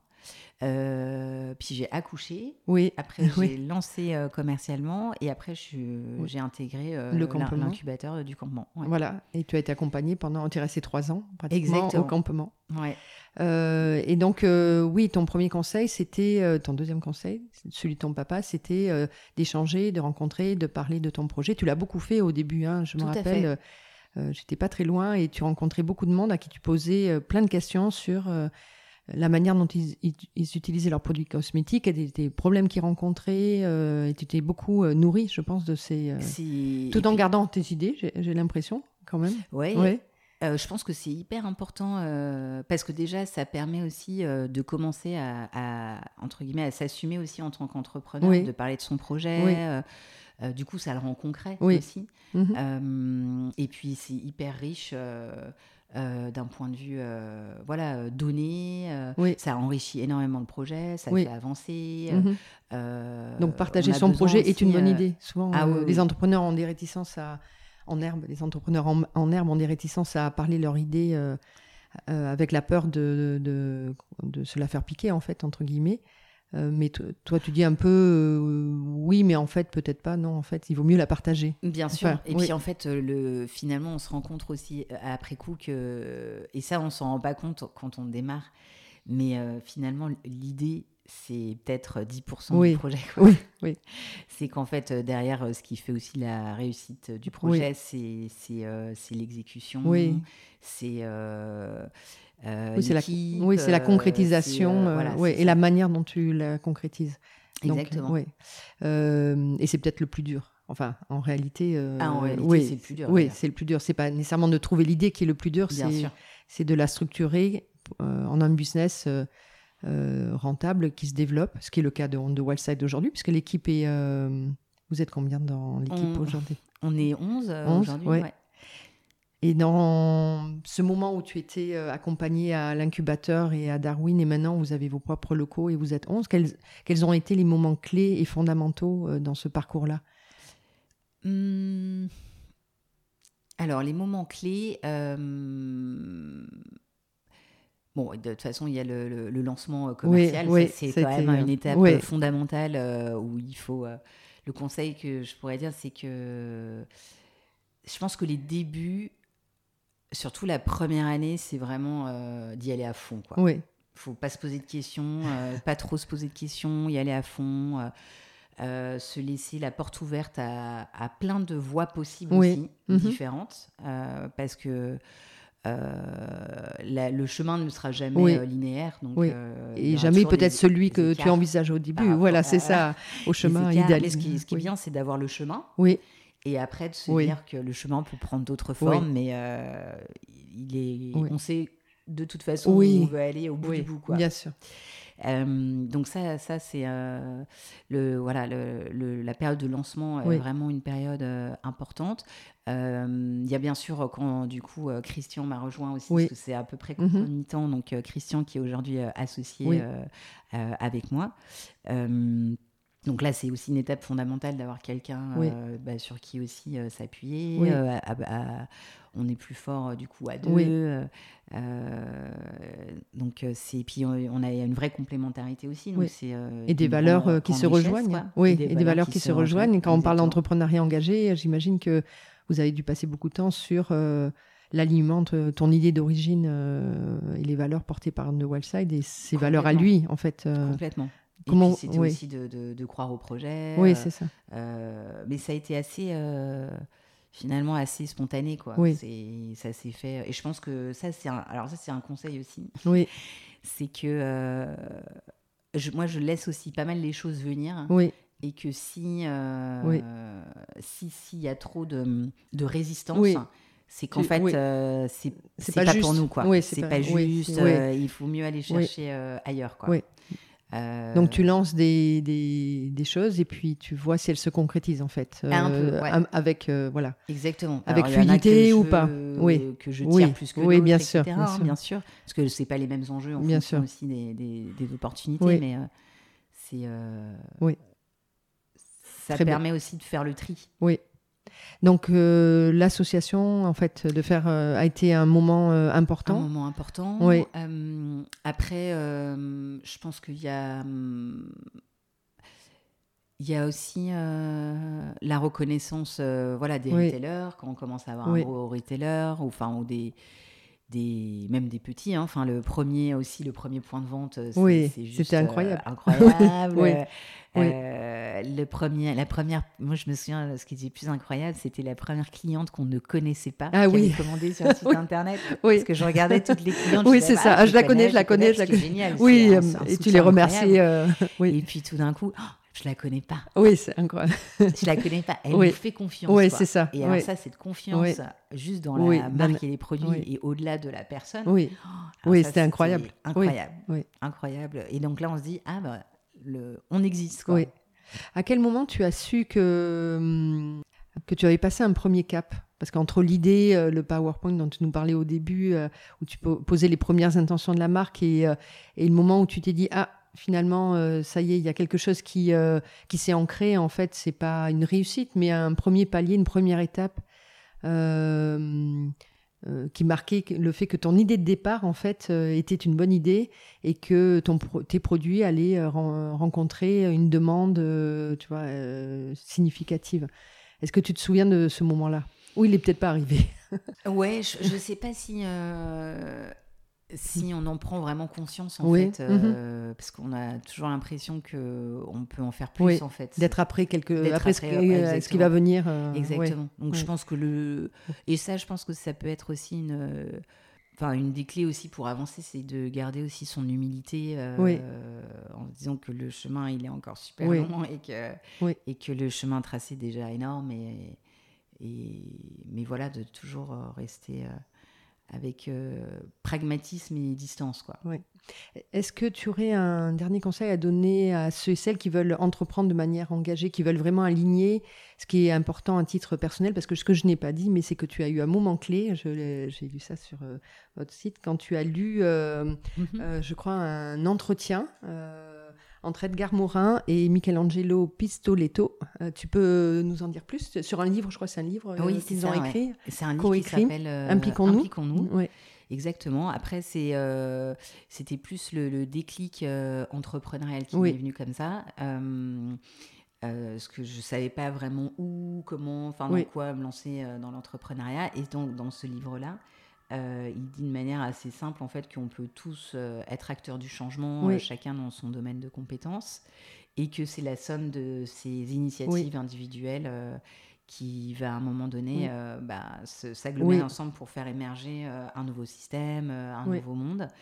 Euh, puis j'ai accouché. Oui. Après, j'ai oui. lancé euh, commercialement. Et après, je, oui. j'ai intégré euh, le campement. l'incubateur du campement. Ouais. Voilà. Et tu as été accompagnée pendant... Tu es restée trois ans, pratiquement, Exactement. au campement. Ouais. Euh, et donc, euh, oui, ton premier conseil, c'était... Euh, ton deuxième conseil, celui de ton papa, c'était euh, d'échanger, de rencontrer, de parler de ton projet. Tu l'as beaucoup fait au début, hein, je Tout me à rappelle. fait. Euh, j'étais pas très loin et tu rencontrais beaucoup de monde à qui tu posais euh, plein de questions sur euh, la manière dont ils, ils, ils utilisaient leurs produits cosmétiques et des, des problèmes qu'ils rencontraient. Euh, et tu t'es beaucoup euh, nourri, je pense, de ces... Euh, tout en puis... gardant tes idées, j'ai, j'ai l'impression, quand même. Oui, ouais. euh, je pense que c'est hyper important euh, parce que déjà, ça permet aussi euh, de commencer à, à, entre guillemets, à s'assumer aussi en tant qu'entrepreneur, oui. de parler de son projet. Oui. Euh, Euh, du coup, ça le rend concret oui. aussi. Mm-hmm. Euh, et puis, c'est hyper riche euh, euh, d'un point de vue euh, voilà, donné. Euh, oui. Ça enrichit énormément le projet, ça oui. le fait avancer. Mm-hmm. Euh, Donc, partager son projet est une bonne euh... idée. Souvent, ah, euh, oui, les oui. entrepreneurs ont des réticences à... en herbe. Les entrepreneurs en, en herbe ont des réticences à parler leur idée euh, euh, avec la peur de, de, de se la faire piquer, en fait, entre guillemets. Euh, mais t- toi, tu dis un peu euh, oui, mais en fait, peut-être pas. Non, en fait, il vaut mieux la partager. Bien sûr. Enfin, et oui. puis, en fait, le, finalement, on se rend compte aussi après coup que... Et ça, on s'en rend pas compte quand on démarre. Mais euh, finalement, l'idée, c'est peut-être dix pour cent oui. du projet. Quoi. Oui. Oui. C'est qu'en fait, derrière, ce qui fait aussi la réussite du projet, oui. c'est, c'est, euh, c'est l'exécution. Oui. C'est... Euh, Euh, oui, c'est la, oui, c'est la concrétisation euh, euh, voilà, ouais, et la manière dont tu la concrétises. Exactement. Donc, ouais. euh, et c'est peut-être le plus dur. Enfin, en réalité, euh, ah, en réalité oui, c'est le plus dur. Oui, c'est le plus dur. C'est pas nécessairement de trouver l'idée qui est le plus dur, Bien c'est, sûr. c'est de la structurer euh, en un business euh, euh, rentable qui se développe, ce qui est le cas de, de Wellside aujourd'hui, puisque l'équipe est... Euh, vous êtes combien dans l'équipe on, aujourd'hui? On est onze, euh, onze aujourd'hui, ouais. ouais. Et dans ce moment où tu étais accompagné à l'incubateur et à Darwin, et maintenant vous avez vos propres locaux et vous êtes onze, quels, quels ont été les moments clés et fondamentaux dans ce parcours-là? hum... Alors, les moments clés... Euh... Bon, de toute façon, il y a le, le, le lancement commercial. Oui, ça, oui, c'est quand même une étape oui. fondamentale euh, où il faut... Euh... Le conseil que je pourrais dire, c'est que je pense que les débuts... Surtout la première année, c'est vraiment euh, d'y aller à fond. Il oui. ne faut pas se poser de questions, euh, pas trop se poser de questions, y aller à fond, euh, euh, se laisser la porte ouverte à, à plein de voies possibles oui. aussi, mm-hmm. différentes, euh, parce que euh, la, le chemin ne sera jamais oui. euh, linéaire. Donc, oui. euh, et jamais peut-être des, celui des que tu envisages au début. Voilà, c'est ça, au chemin idéal. Mais ce qui, ce qui oui. est bien, c'est d'avoir le chemin. Oui. Et après, de se oui. dire que le chemin peut prendre d'autres formes, oui. mais euh, il est, oui. on sait de toute façon oui. où on veut aller au bout oui. du bout. Quoi. Bien sûr. Euh, donc ça, ça c'est euh, le, voilà, le, le, la période de lancement est oui. vraiment une période euh, importante. Il euh, y a bien sûr quand du coup euh, Christian m'a rejoint aussi, oui. parce que c'est à peu près concomitant. Mm-hmm. Donc euh, Christian qui est aujourd'hui euh, associé oui. euh, euh, avec moi. Euh, Donc là, c'est aussi une étape fondamentale d'avoir quelqu'un oui. euh, bah, sur qui aussi euh, s'appuyer. Oui. Euh, à, à, à, on est plus fort euh, du coup à deux. Oui. Euh, donc c'est puis on, on a une vraie complémentarité aussi. Donc oui. c'est, euh, et des valeurs grande, qui se richesse, rejoignent. Quoi. Oui, et des, et des valeurs qui, qui se rejoignent. rejoignent. Et quand exactement. On parle d'entrepreneuriat engagé, j'imagine que vous avez dû passer beaucoup de temps sur euh, l'alignement de ton idée d'origine euh, et les valeurs portées par The Wild Side et ses valeurs à lui, en fait. Euh, Complètement. Comment... Et puis c'était oui. aussi de, de, de croire au projet. Oui, c'est ça. Euh, mais ça a été assez, euh, finalement, assez spontané, quoi. Oui. C'est, ça s'est fait. Et je pense que ça, c'est un, alors ça, c'est un conseil aussi. Oui. C'est que euh, je, moi, je laisse aussi pas mal les choses venir. Oui. Et que si, euh, oui. si, s'il y a trop de, de résistance. Oui. C'est qu'en fait, oui. euh, c'est, c'est, c'est pas, pas juste. pour nous, quoi. Oui, c'est, c'est pas, pas juste. Oui. Euh, il faut mieux aller chercher oui. euh, ailleurs, quoi. Oui. Euh... Donc tu lances des, des, des choses et puis tu vois si elles se concrétisent en fait. Euh, un peu, ouais. Avec, euh, voilà. Exactement. Avec Alors, fluidité ou veux, pas. Oui. Que je tire oui. plus que oui, l'autre, bien et cetera. Sûr, bien, hein, sûr. bien sûr. Parce que ce n'est pas les mêmes enjeux en bien fonction sûr. aussi des, des, des opportunités. Oui. Mais euh, c'est, euh, oui. ça Très permet bien. aussi de faire le tri. Oui. Donc euh, l'association en fait de faire euh, a été un moment euh, important. Un moment important. Oui. Euh, après, euh, je pense qu'il y a, il y a aussi euh, la reconnaissance, euh, voilà, des oui. retailers quand on commence à avoir oui. un gros retailer, ou enfin ou des des même des petits. Hein. Enfin le premier aussi, le premier point de vente, c'est, oui. c'est juste c'était incroyable. Euh, incroyable. oui. Euh, le premier, la première, moi je me souviens, ce qui était le plus incroyable, c'était la première cliente qu'on ne connaissait pas, ah, qui oui. avait commandé sur un site oui. internet, oui. parce que je regardais toutes les clientes. Oui, je disais, c'est ça. ah, je la connais, je la connais, je la connais. Génial. Oui, c'est un, c'est un et tu les remercies. Euh, oui. Et puis tout d'un coup, oh, je la connais pas. Oui, c'est incroyable. Je la connais pas. Elle oui. nous fait confiance. Oui, quoi. c'est ça. Et alors oui. ça, cette confiance, oui. juste dans oui. la marque dans... et les produits, oui. et au-delà de la personne. Oui. Oh, oui, ça, c'était incroyable. Incroyable. Oui. Incroyable. Et donc là, on se dit, ah bah, le... on existe, quoi. Oui. À quel moment tu as su que, que tu avais passé un premier cap ? Parce qu'entre l'idée, le PowerPoint dont tu nous parlais au début, où tu posais les premières intentions de la marque, et, et le moment où tu t'es dit « Ah, finalement, ça y est, il y a quelque chose qui, qui s'est ancré. En fait, c'est pas une réussite, mais un premier palier, une première étape euh, euh, qui marquait le fait que ton idée de départ, en fait, euh, était une bonne idée et que ton, tes produits allaient euh, rencontrer une demande, euh, tu vois, euh, significative. Est-ce que tu te souviens de ce moment-là ? Ou il est peut-être pas arrivé ? Ouais, je ne sais pas si... Euh... Si on en prend vraiment conscience, en oui. fait, euh, mm-hmm. parce qu'on a toujours l'impression qu'on peut en faire plus, oui. en fait. D'être après, quelque... D'être après, après ce, qui... ce qui va venir. Euh... Exactement. Ouais. Donc, ouais. je pense que le... Et ça, je pense que ça peut être aussi une... Enfin, une des clés aussi pour avancer, c'est de garder aussi son humilité euh, oui. en se disant que le chemin, il est encore super oui. long et que, oui. et que le chemin tracé est déjà énorme. Et, et... Mais voilà, de toujours rester... Euh, avec euh, pragmatisme et distance, quoi. Oui. Est-ce que tu aurais un dernier conseil à donner à ceux et celles qui veulent entreprendre de manière engagée, qui veulent vraiment aligner ce qui est important à titre personnel ? Parce que ce que je n'ai pas dit, mais c'est que tu as eu un moment clé, je j'ai lu ça sur euh, votre site, quand tu as lu, euh, mm-hmm. euh, je crois, un entretien euh, entre Edgar Morin et Michelangelo Pistoletto. Euh, tu peux nous en dire plus sur un livre, je crois que c'est un livre oui, euh, qu'ils ont ça, écrit. Ouais. C'est un livre qui s'appelle euh, Impliquons-nous. Impliquons-nous. Ouais. Exactement. Après, c'est, euh, c'était plus le, le déclic euh, entrepreneurial qui oui. m'est venu comme ça. Euh, euh, parce que je ne savais pas vraiment où, comment, enfin dans oui. quoi me lancer euh, dans l'entrepreneuriat. Et donc, dans ce livre-là, Euh, il dit de manière assez simple en fait qu'on peut tous euh, être acteurs du changement, oui. euh, chacun dans son domaine de compétences, et que c'est la somme de ces initiatives oui. individuelles euh, qui va à un moment donné oui. euh, bah, se, s'agglomérer oui. ensemble pour faire émerger euh, un nouveau système, euh, un oui. nouveau monde.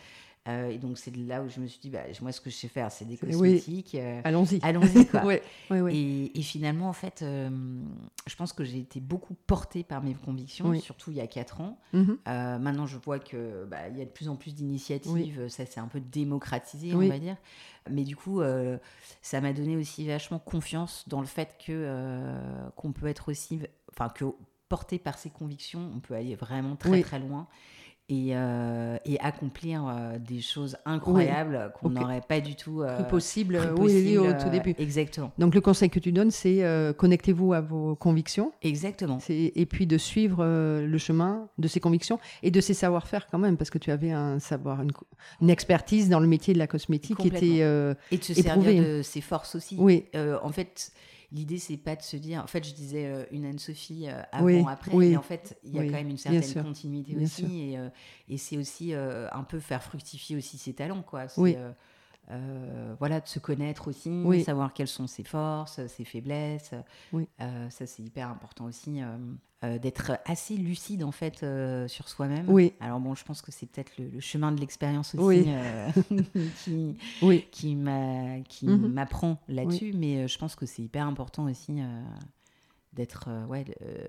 Euh, et donc, c'est de là où je me suis dit, bah, moi, ce que je sais faire, c'est des cosmétiques. Oui. Euh, allons-y. Allons-y, quoi. ouais, ouais, ouais. Et, et finalement, en fait, euh, je pense que j'ai été beaucoup portée par mes convictions, oui. surtout il y a quatre ans. Mm-hmm. Euh, maintenant, je vois qu'il bah, y a de plus en plus d'initiatives. Oui. Ça s'est un peu démocratisé, oui. on va dire. Mais du coup, euh, ça m'a donné aussi vachement confiance dans le fait que, euh, qu'on peut être aussi... Enfin, que porté par ses convictions, on peut aller vraiment très, oui. très loin. Et, euh, et accomplir euh, des choses incroyables oui. qu'on n'aurait okay. pas du tout euh, cru possible, cru oui, possible oui, au tout début. Euh, exactement. Donc le conseil que tu donnes, c'est euh, connectez-vous à vos convictions. Exactement. C'est, et puis de suivre euh, le chemin de ces convictions et de ces savoir-faire quand même, parce que tu avais un savoir, une, une expertise dans le métier de la cosmétique qui était euh, et de se éprouvée. servir de ses forces aussi. Oui. Euh, en fait. L'idée, c'est pas de se dire... En fait, je disais euh, une Anne-Sophie euh, avant, oui, après, oui, mais en fait, il y a oui, quand même une certaine continuité bien aussi. Sûr. Et, euh, et c'est aussi euh, un peu faire fructifier aussi ses talents, quoi. C'est, oui. euh, euh, voilà, de se connaître aussi, oui. savoir quelles sont ses forces, ses faiblesses. Oui. Euh, ça, c'est hyper important aussi, euh, euh, d'être assez lucide, en fait, euh, sur soi-même. Oui. Alors bon, je pense que c'est peut-être le, le chemin de l'expérience aussi oui. euh, qui, oui. qui, m'a, qui mm-hmm. m'apprend là-dessus, oui. mais je pense que c'est hyper important aussi euh, d'être euh, ouais, euh,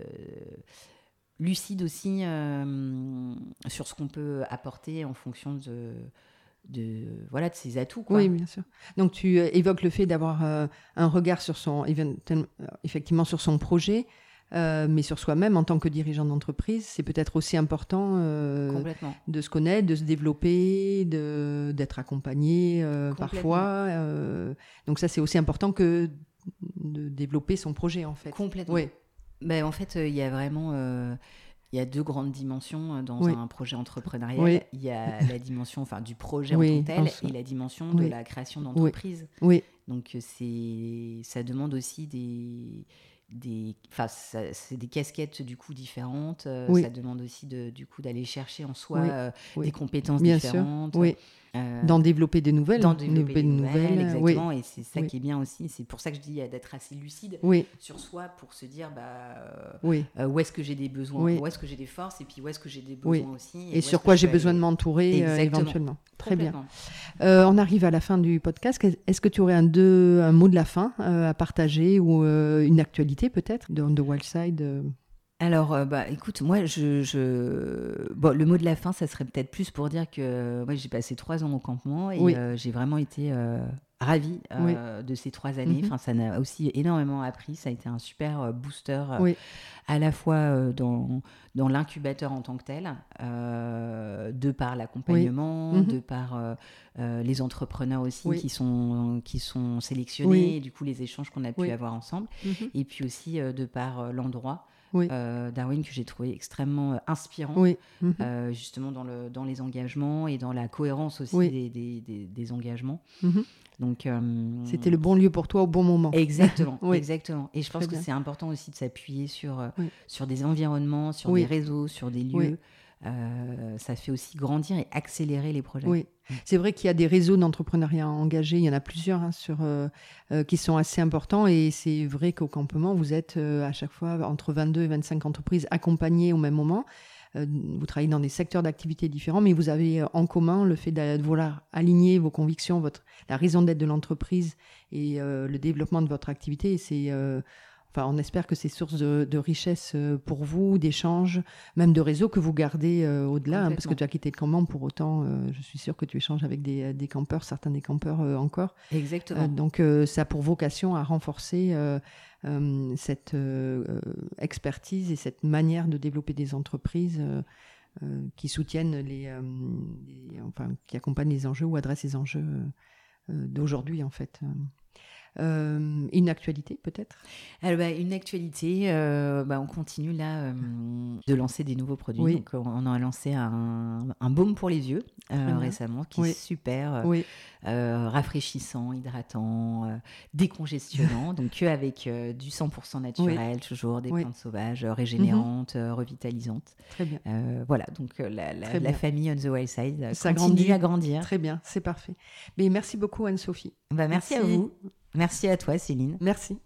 lucide aussi euh, sur ce qu'on peut apporter en fonction de... de voilà de ses atouts, quoi. Oui, bien sûr. Donc tu euh, évoques le fait d'avoir euh, un regard sur son effectivement sur son projet, euh, mais sur soi-même en tant que dirigeant d'entreprise, c'est peut-être aussi important euh, de se connaître, de se développer, de d'être accompagné euh, parfois. Euh, donc ça, c'est aussi important que de développer son projet, en fait. Complètement. Oui. Ben, en fait, il euh, y a vraiment euh, il y a deux grandes dimensions dans oui. un projet entrepreneurial. Oui. Il y a la dimension enfin, du projet oui, en tant que tel enfin. et la dimension oui. de la création d'entreprise. Oui. Donc, c'est, ça demande aussi des... des enfin, ça, c'est des casquettes du coup différentes. Oui. Ça demande aussi de, du coup d'aller chercher en soi oui. euh, oui. des compétences Bien différentes. Sûr. Oui. Euh, d'en développer des nouvelles. D'en développer, développer des nouvelles, nouvelles exactement. Oui. Et c'est ça oui. qui est bien aussi. C'est pour ça que je dis d'être assez lucide oui. sur soi pour se dire bah, euh, oui. euh, où est-ce que j'ai des besoins, oui. où est-ce que j'ai des forces et puis où est-ce que j'ai des besoins oui. aussi. Et, et sur quoi j'ai besoin aller... de m'entourer euh, éventuellement. Très bien. Euh, on arrive à la fin du podcast. Est-ce que tu aurais un, deux, un mot de la fin euh, à partager ou euh, une actualité peut-être de On the Wild Side euh... Alors, euh, bah, écoute, moi, je, je... Bon, le mot de la fin, ça serait peut-être plus pour dire que moi, j'ai passé trois ans au campement et oui. euh, j'ai vraiment été euh, ravie euh, oui. de ces trois années. Mm-hmm. Enfin, ça m'a aussi énormément appris. Ça a été un super euh, booster, euh, oui. à la fois euh, dans, dans l'incubateur en tant que tel, euh, de par l'accompagnement, oui. mm-hmm. de par euh, euh, les entrepreneurs aussi oui. qui, sont, qui sont sélectionnés, oui. et du coup, les échanges qu'on a pu oui. avoir ensemble. Mm-hmm. Et puis aussi euh, de par euh, l'endroit. Oui. Euh, Darwin que j'ai trouvé extrêmement euh, inspirant oui. mm-hmm. euh, justement dans, le, dans les engagements et dans la cohérence aussi oui. des, des, des, des engagements mm-hmm. donc euh, c'était le bon lieu pour toi au bon moment. Exactement, oui. exactement. Et je pense Très que bien. c'est important aussi de s'appuyer sur, euh, oui. sur des environnements, sur oui. des réseaux, sur des lieux. Oui. Euh, ça fait aussi grandir et accélérer les projets. Oui, c'est vrai qu'il y a des réseaux d'entrepreneuriat engagés, il y en a plusieurs hein, sur, euh, euh, qui sont assez importants et c'est vrai qu'au campement, vous êtes euh, à chaque fois entre vingt-deux et vingt-cinq entreprises accompagnées au même moment. Euh, vous travaillez dans des secteurs d'activité différents, mais vous avez en commun le fait de vouloir aligner vos convictions, votre, la raison d'être de l'entreprise et euh, le développement de votre activité. Et c'est... Euh, Enfin, on espère que c'est source de, de richesse pour vous, d'échanges, même de réseaux que vous gardez euh, au-delà, hein, parce que tu as quitté le campement, pour autant, euh, je suis sûre que tu échanges avec des, des campeurs, certains des campeurs euh, encore. Exactement. Euh, donc, euh, ça a pour vocation à renforcer euh, euh, cette euh, expertise et cette manière de développer des entreprises euh, euh, qui soutiennent les, euh, les, enfin, qui accompagnent les enjeux ou adressent les enjeux euh, d'aujourd'hui, en fait. Euh, une actualité peut-être Alors, bah, une actualité, euh, bah, on continue là euh, de lancer des nouveaux produits. Oui. Donc, on a lancé un, un baume pour les yeux euh, récemment qui oui. est super, oui. euh, rafraîchissant, hydratant, euh, décongestionnant. Donc, qu'avec euh, du cent pour cent naturel, oui. toujours des oui. plantes sauvages, régénérantes, mm-hmm. revitalisantes. Très bien. Euh, voilà, donc la, la, la famille On the Wild Side Ça continue grandit. à grandir. Très bien, c'est parfait. Mais merci beaucoup Anne-Sophie. Bah, merci, merci à vous. Merci à toi, Céline. Merci.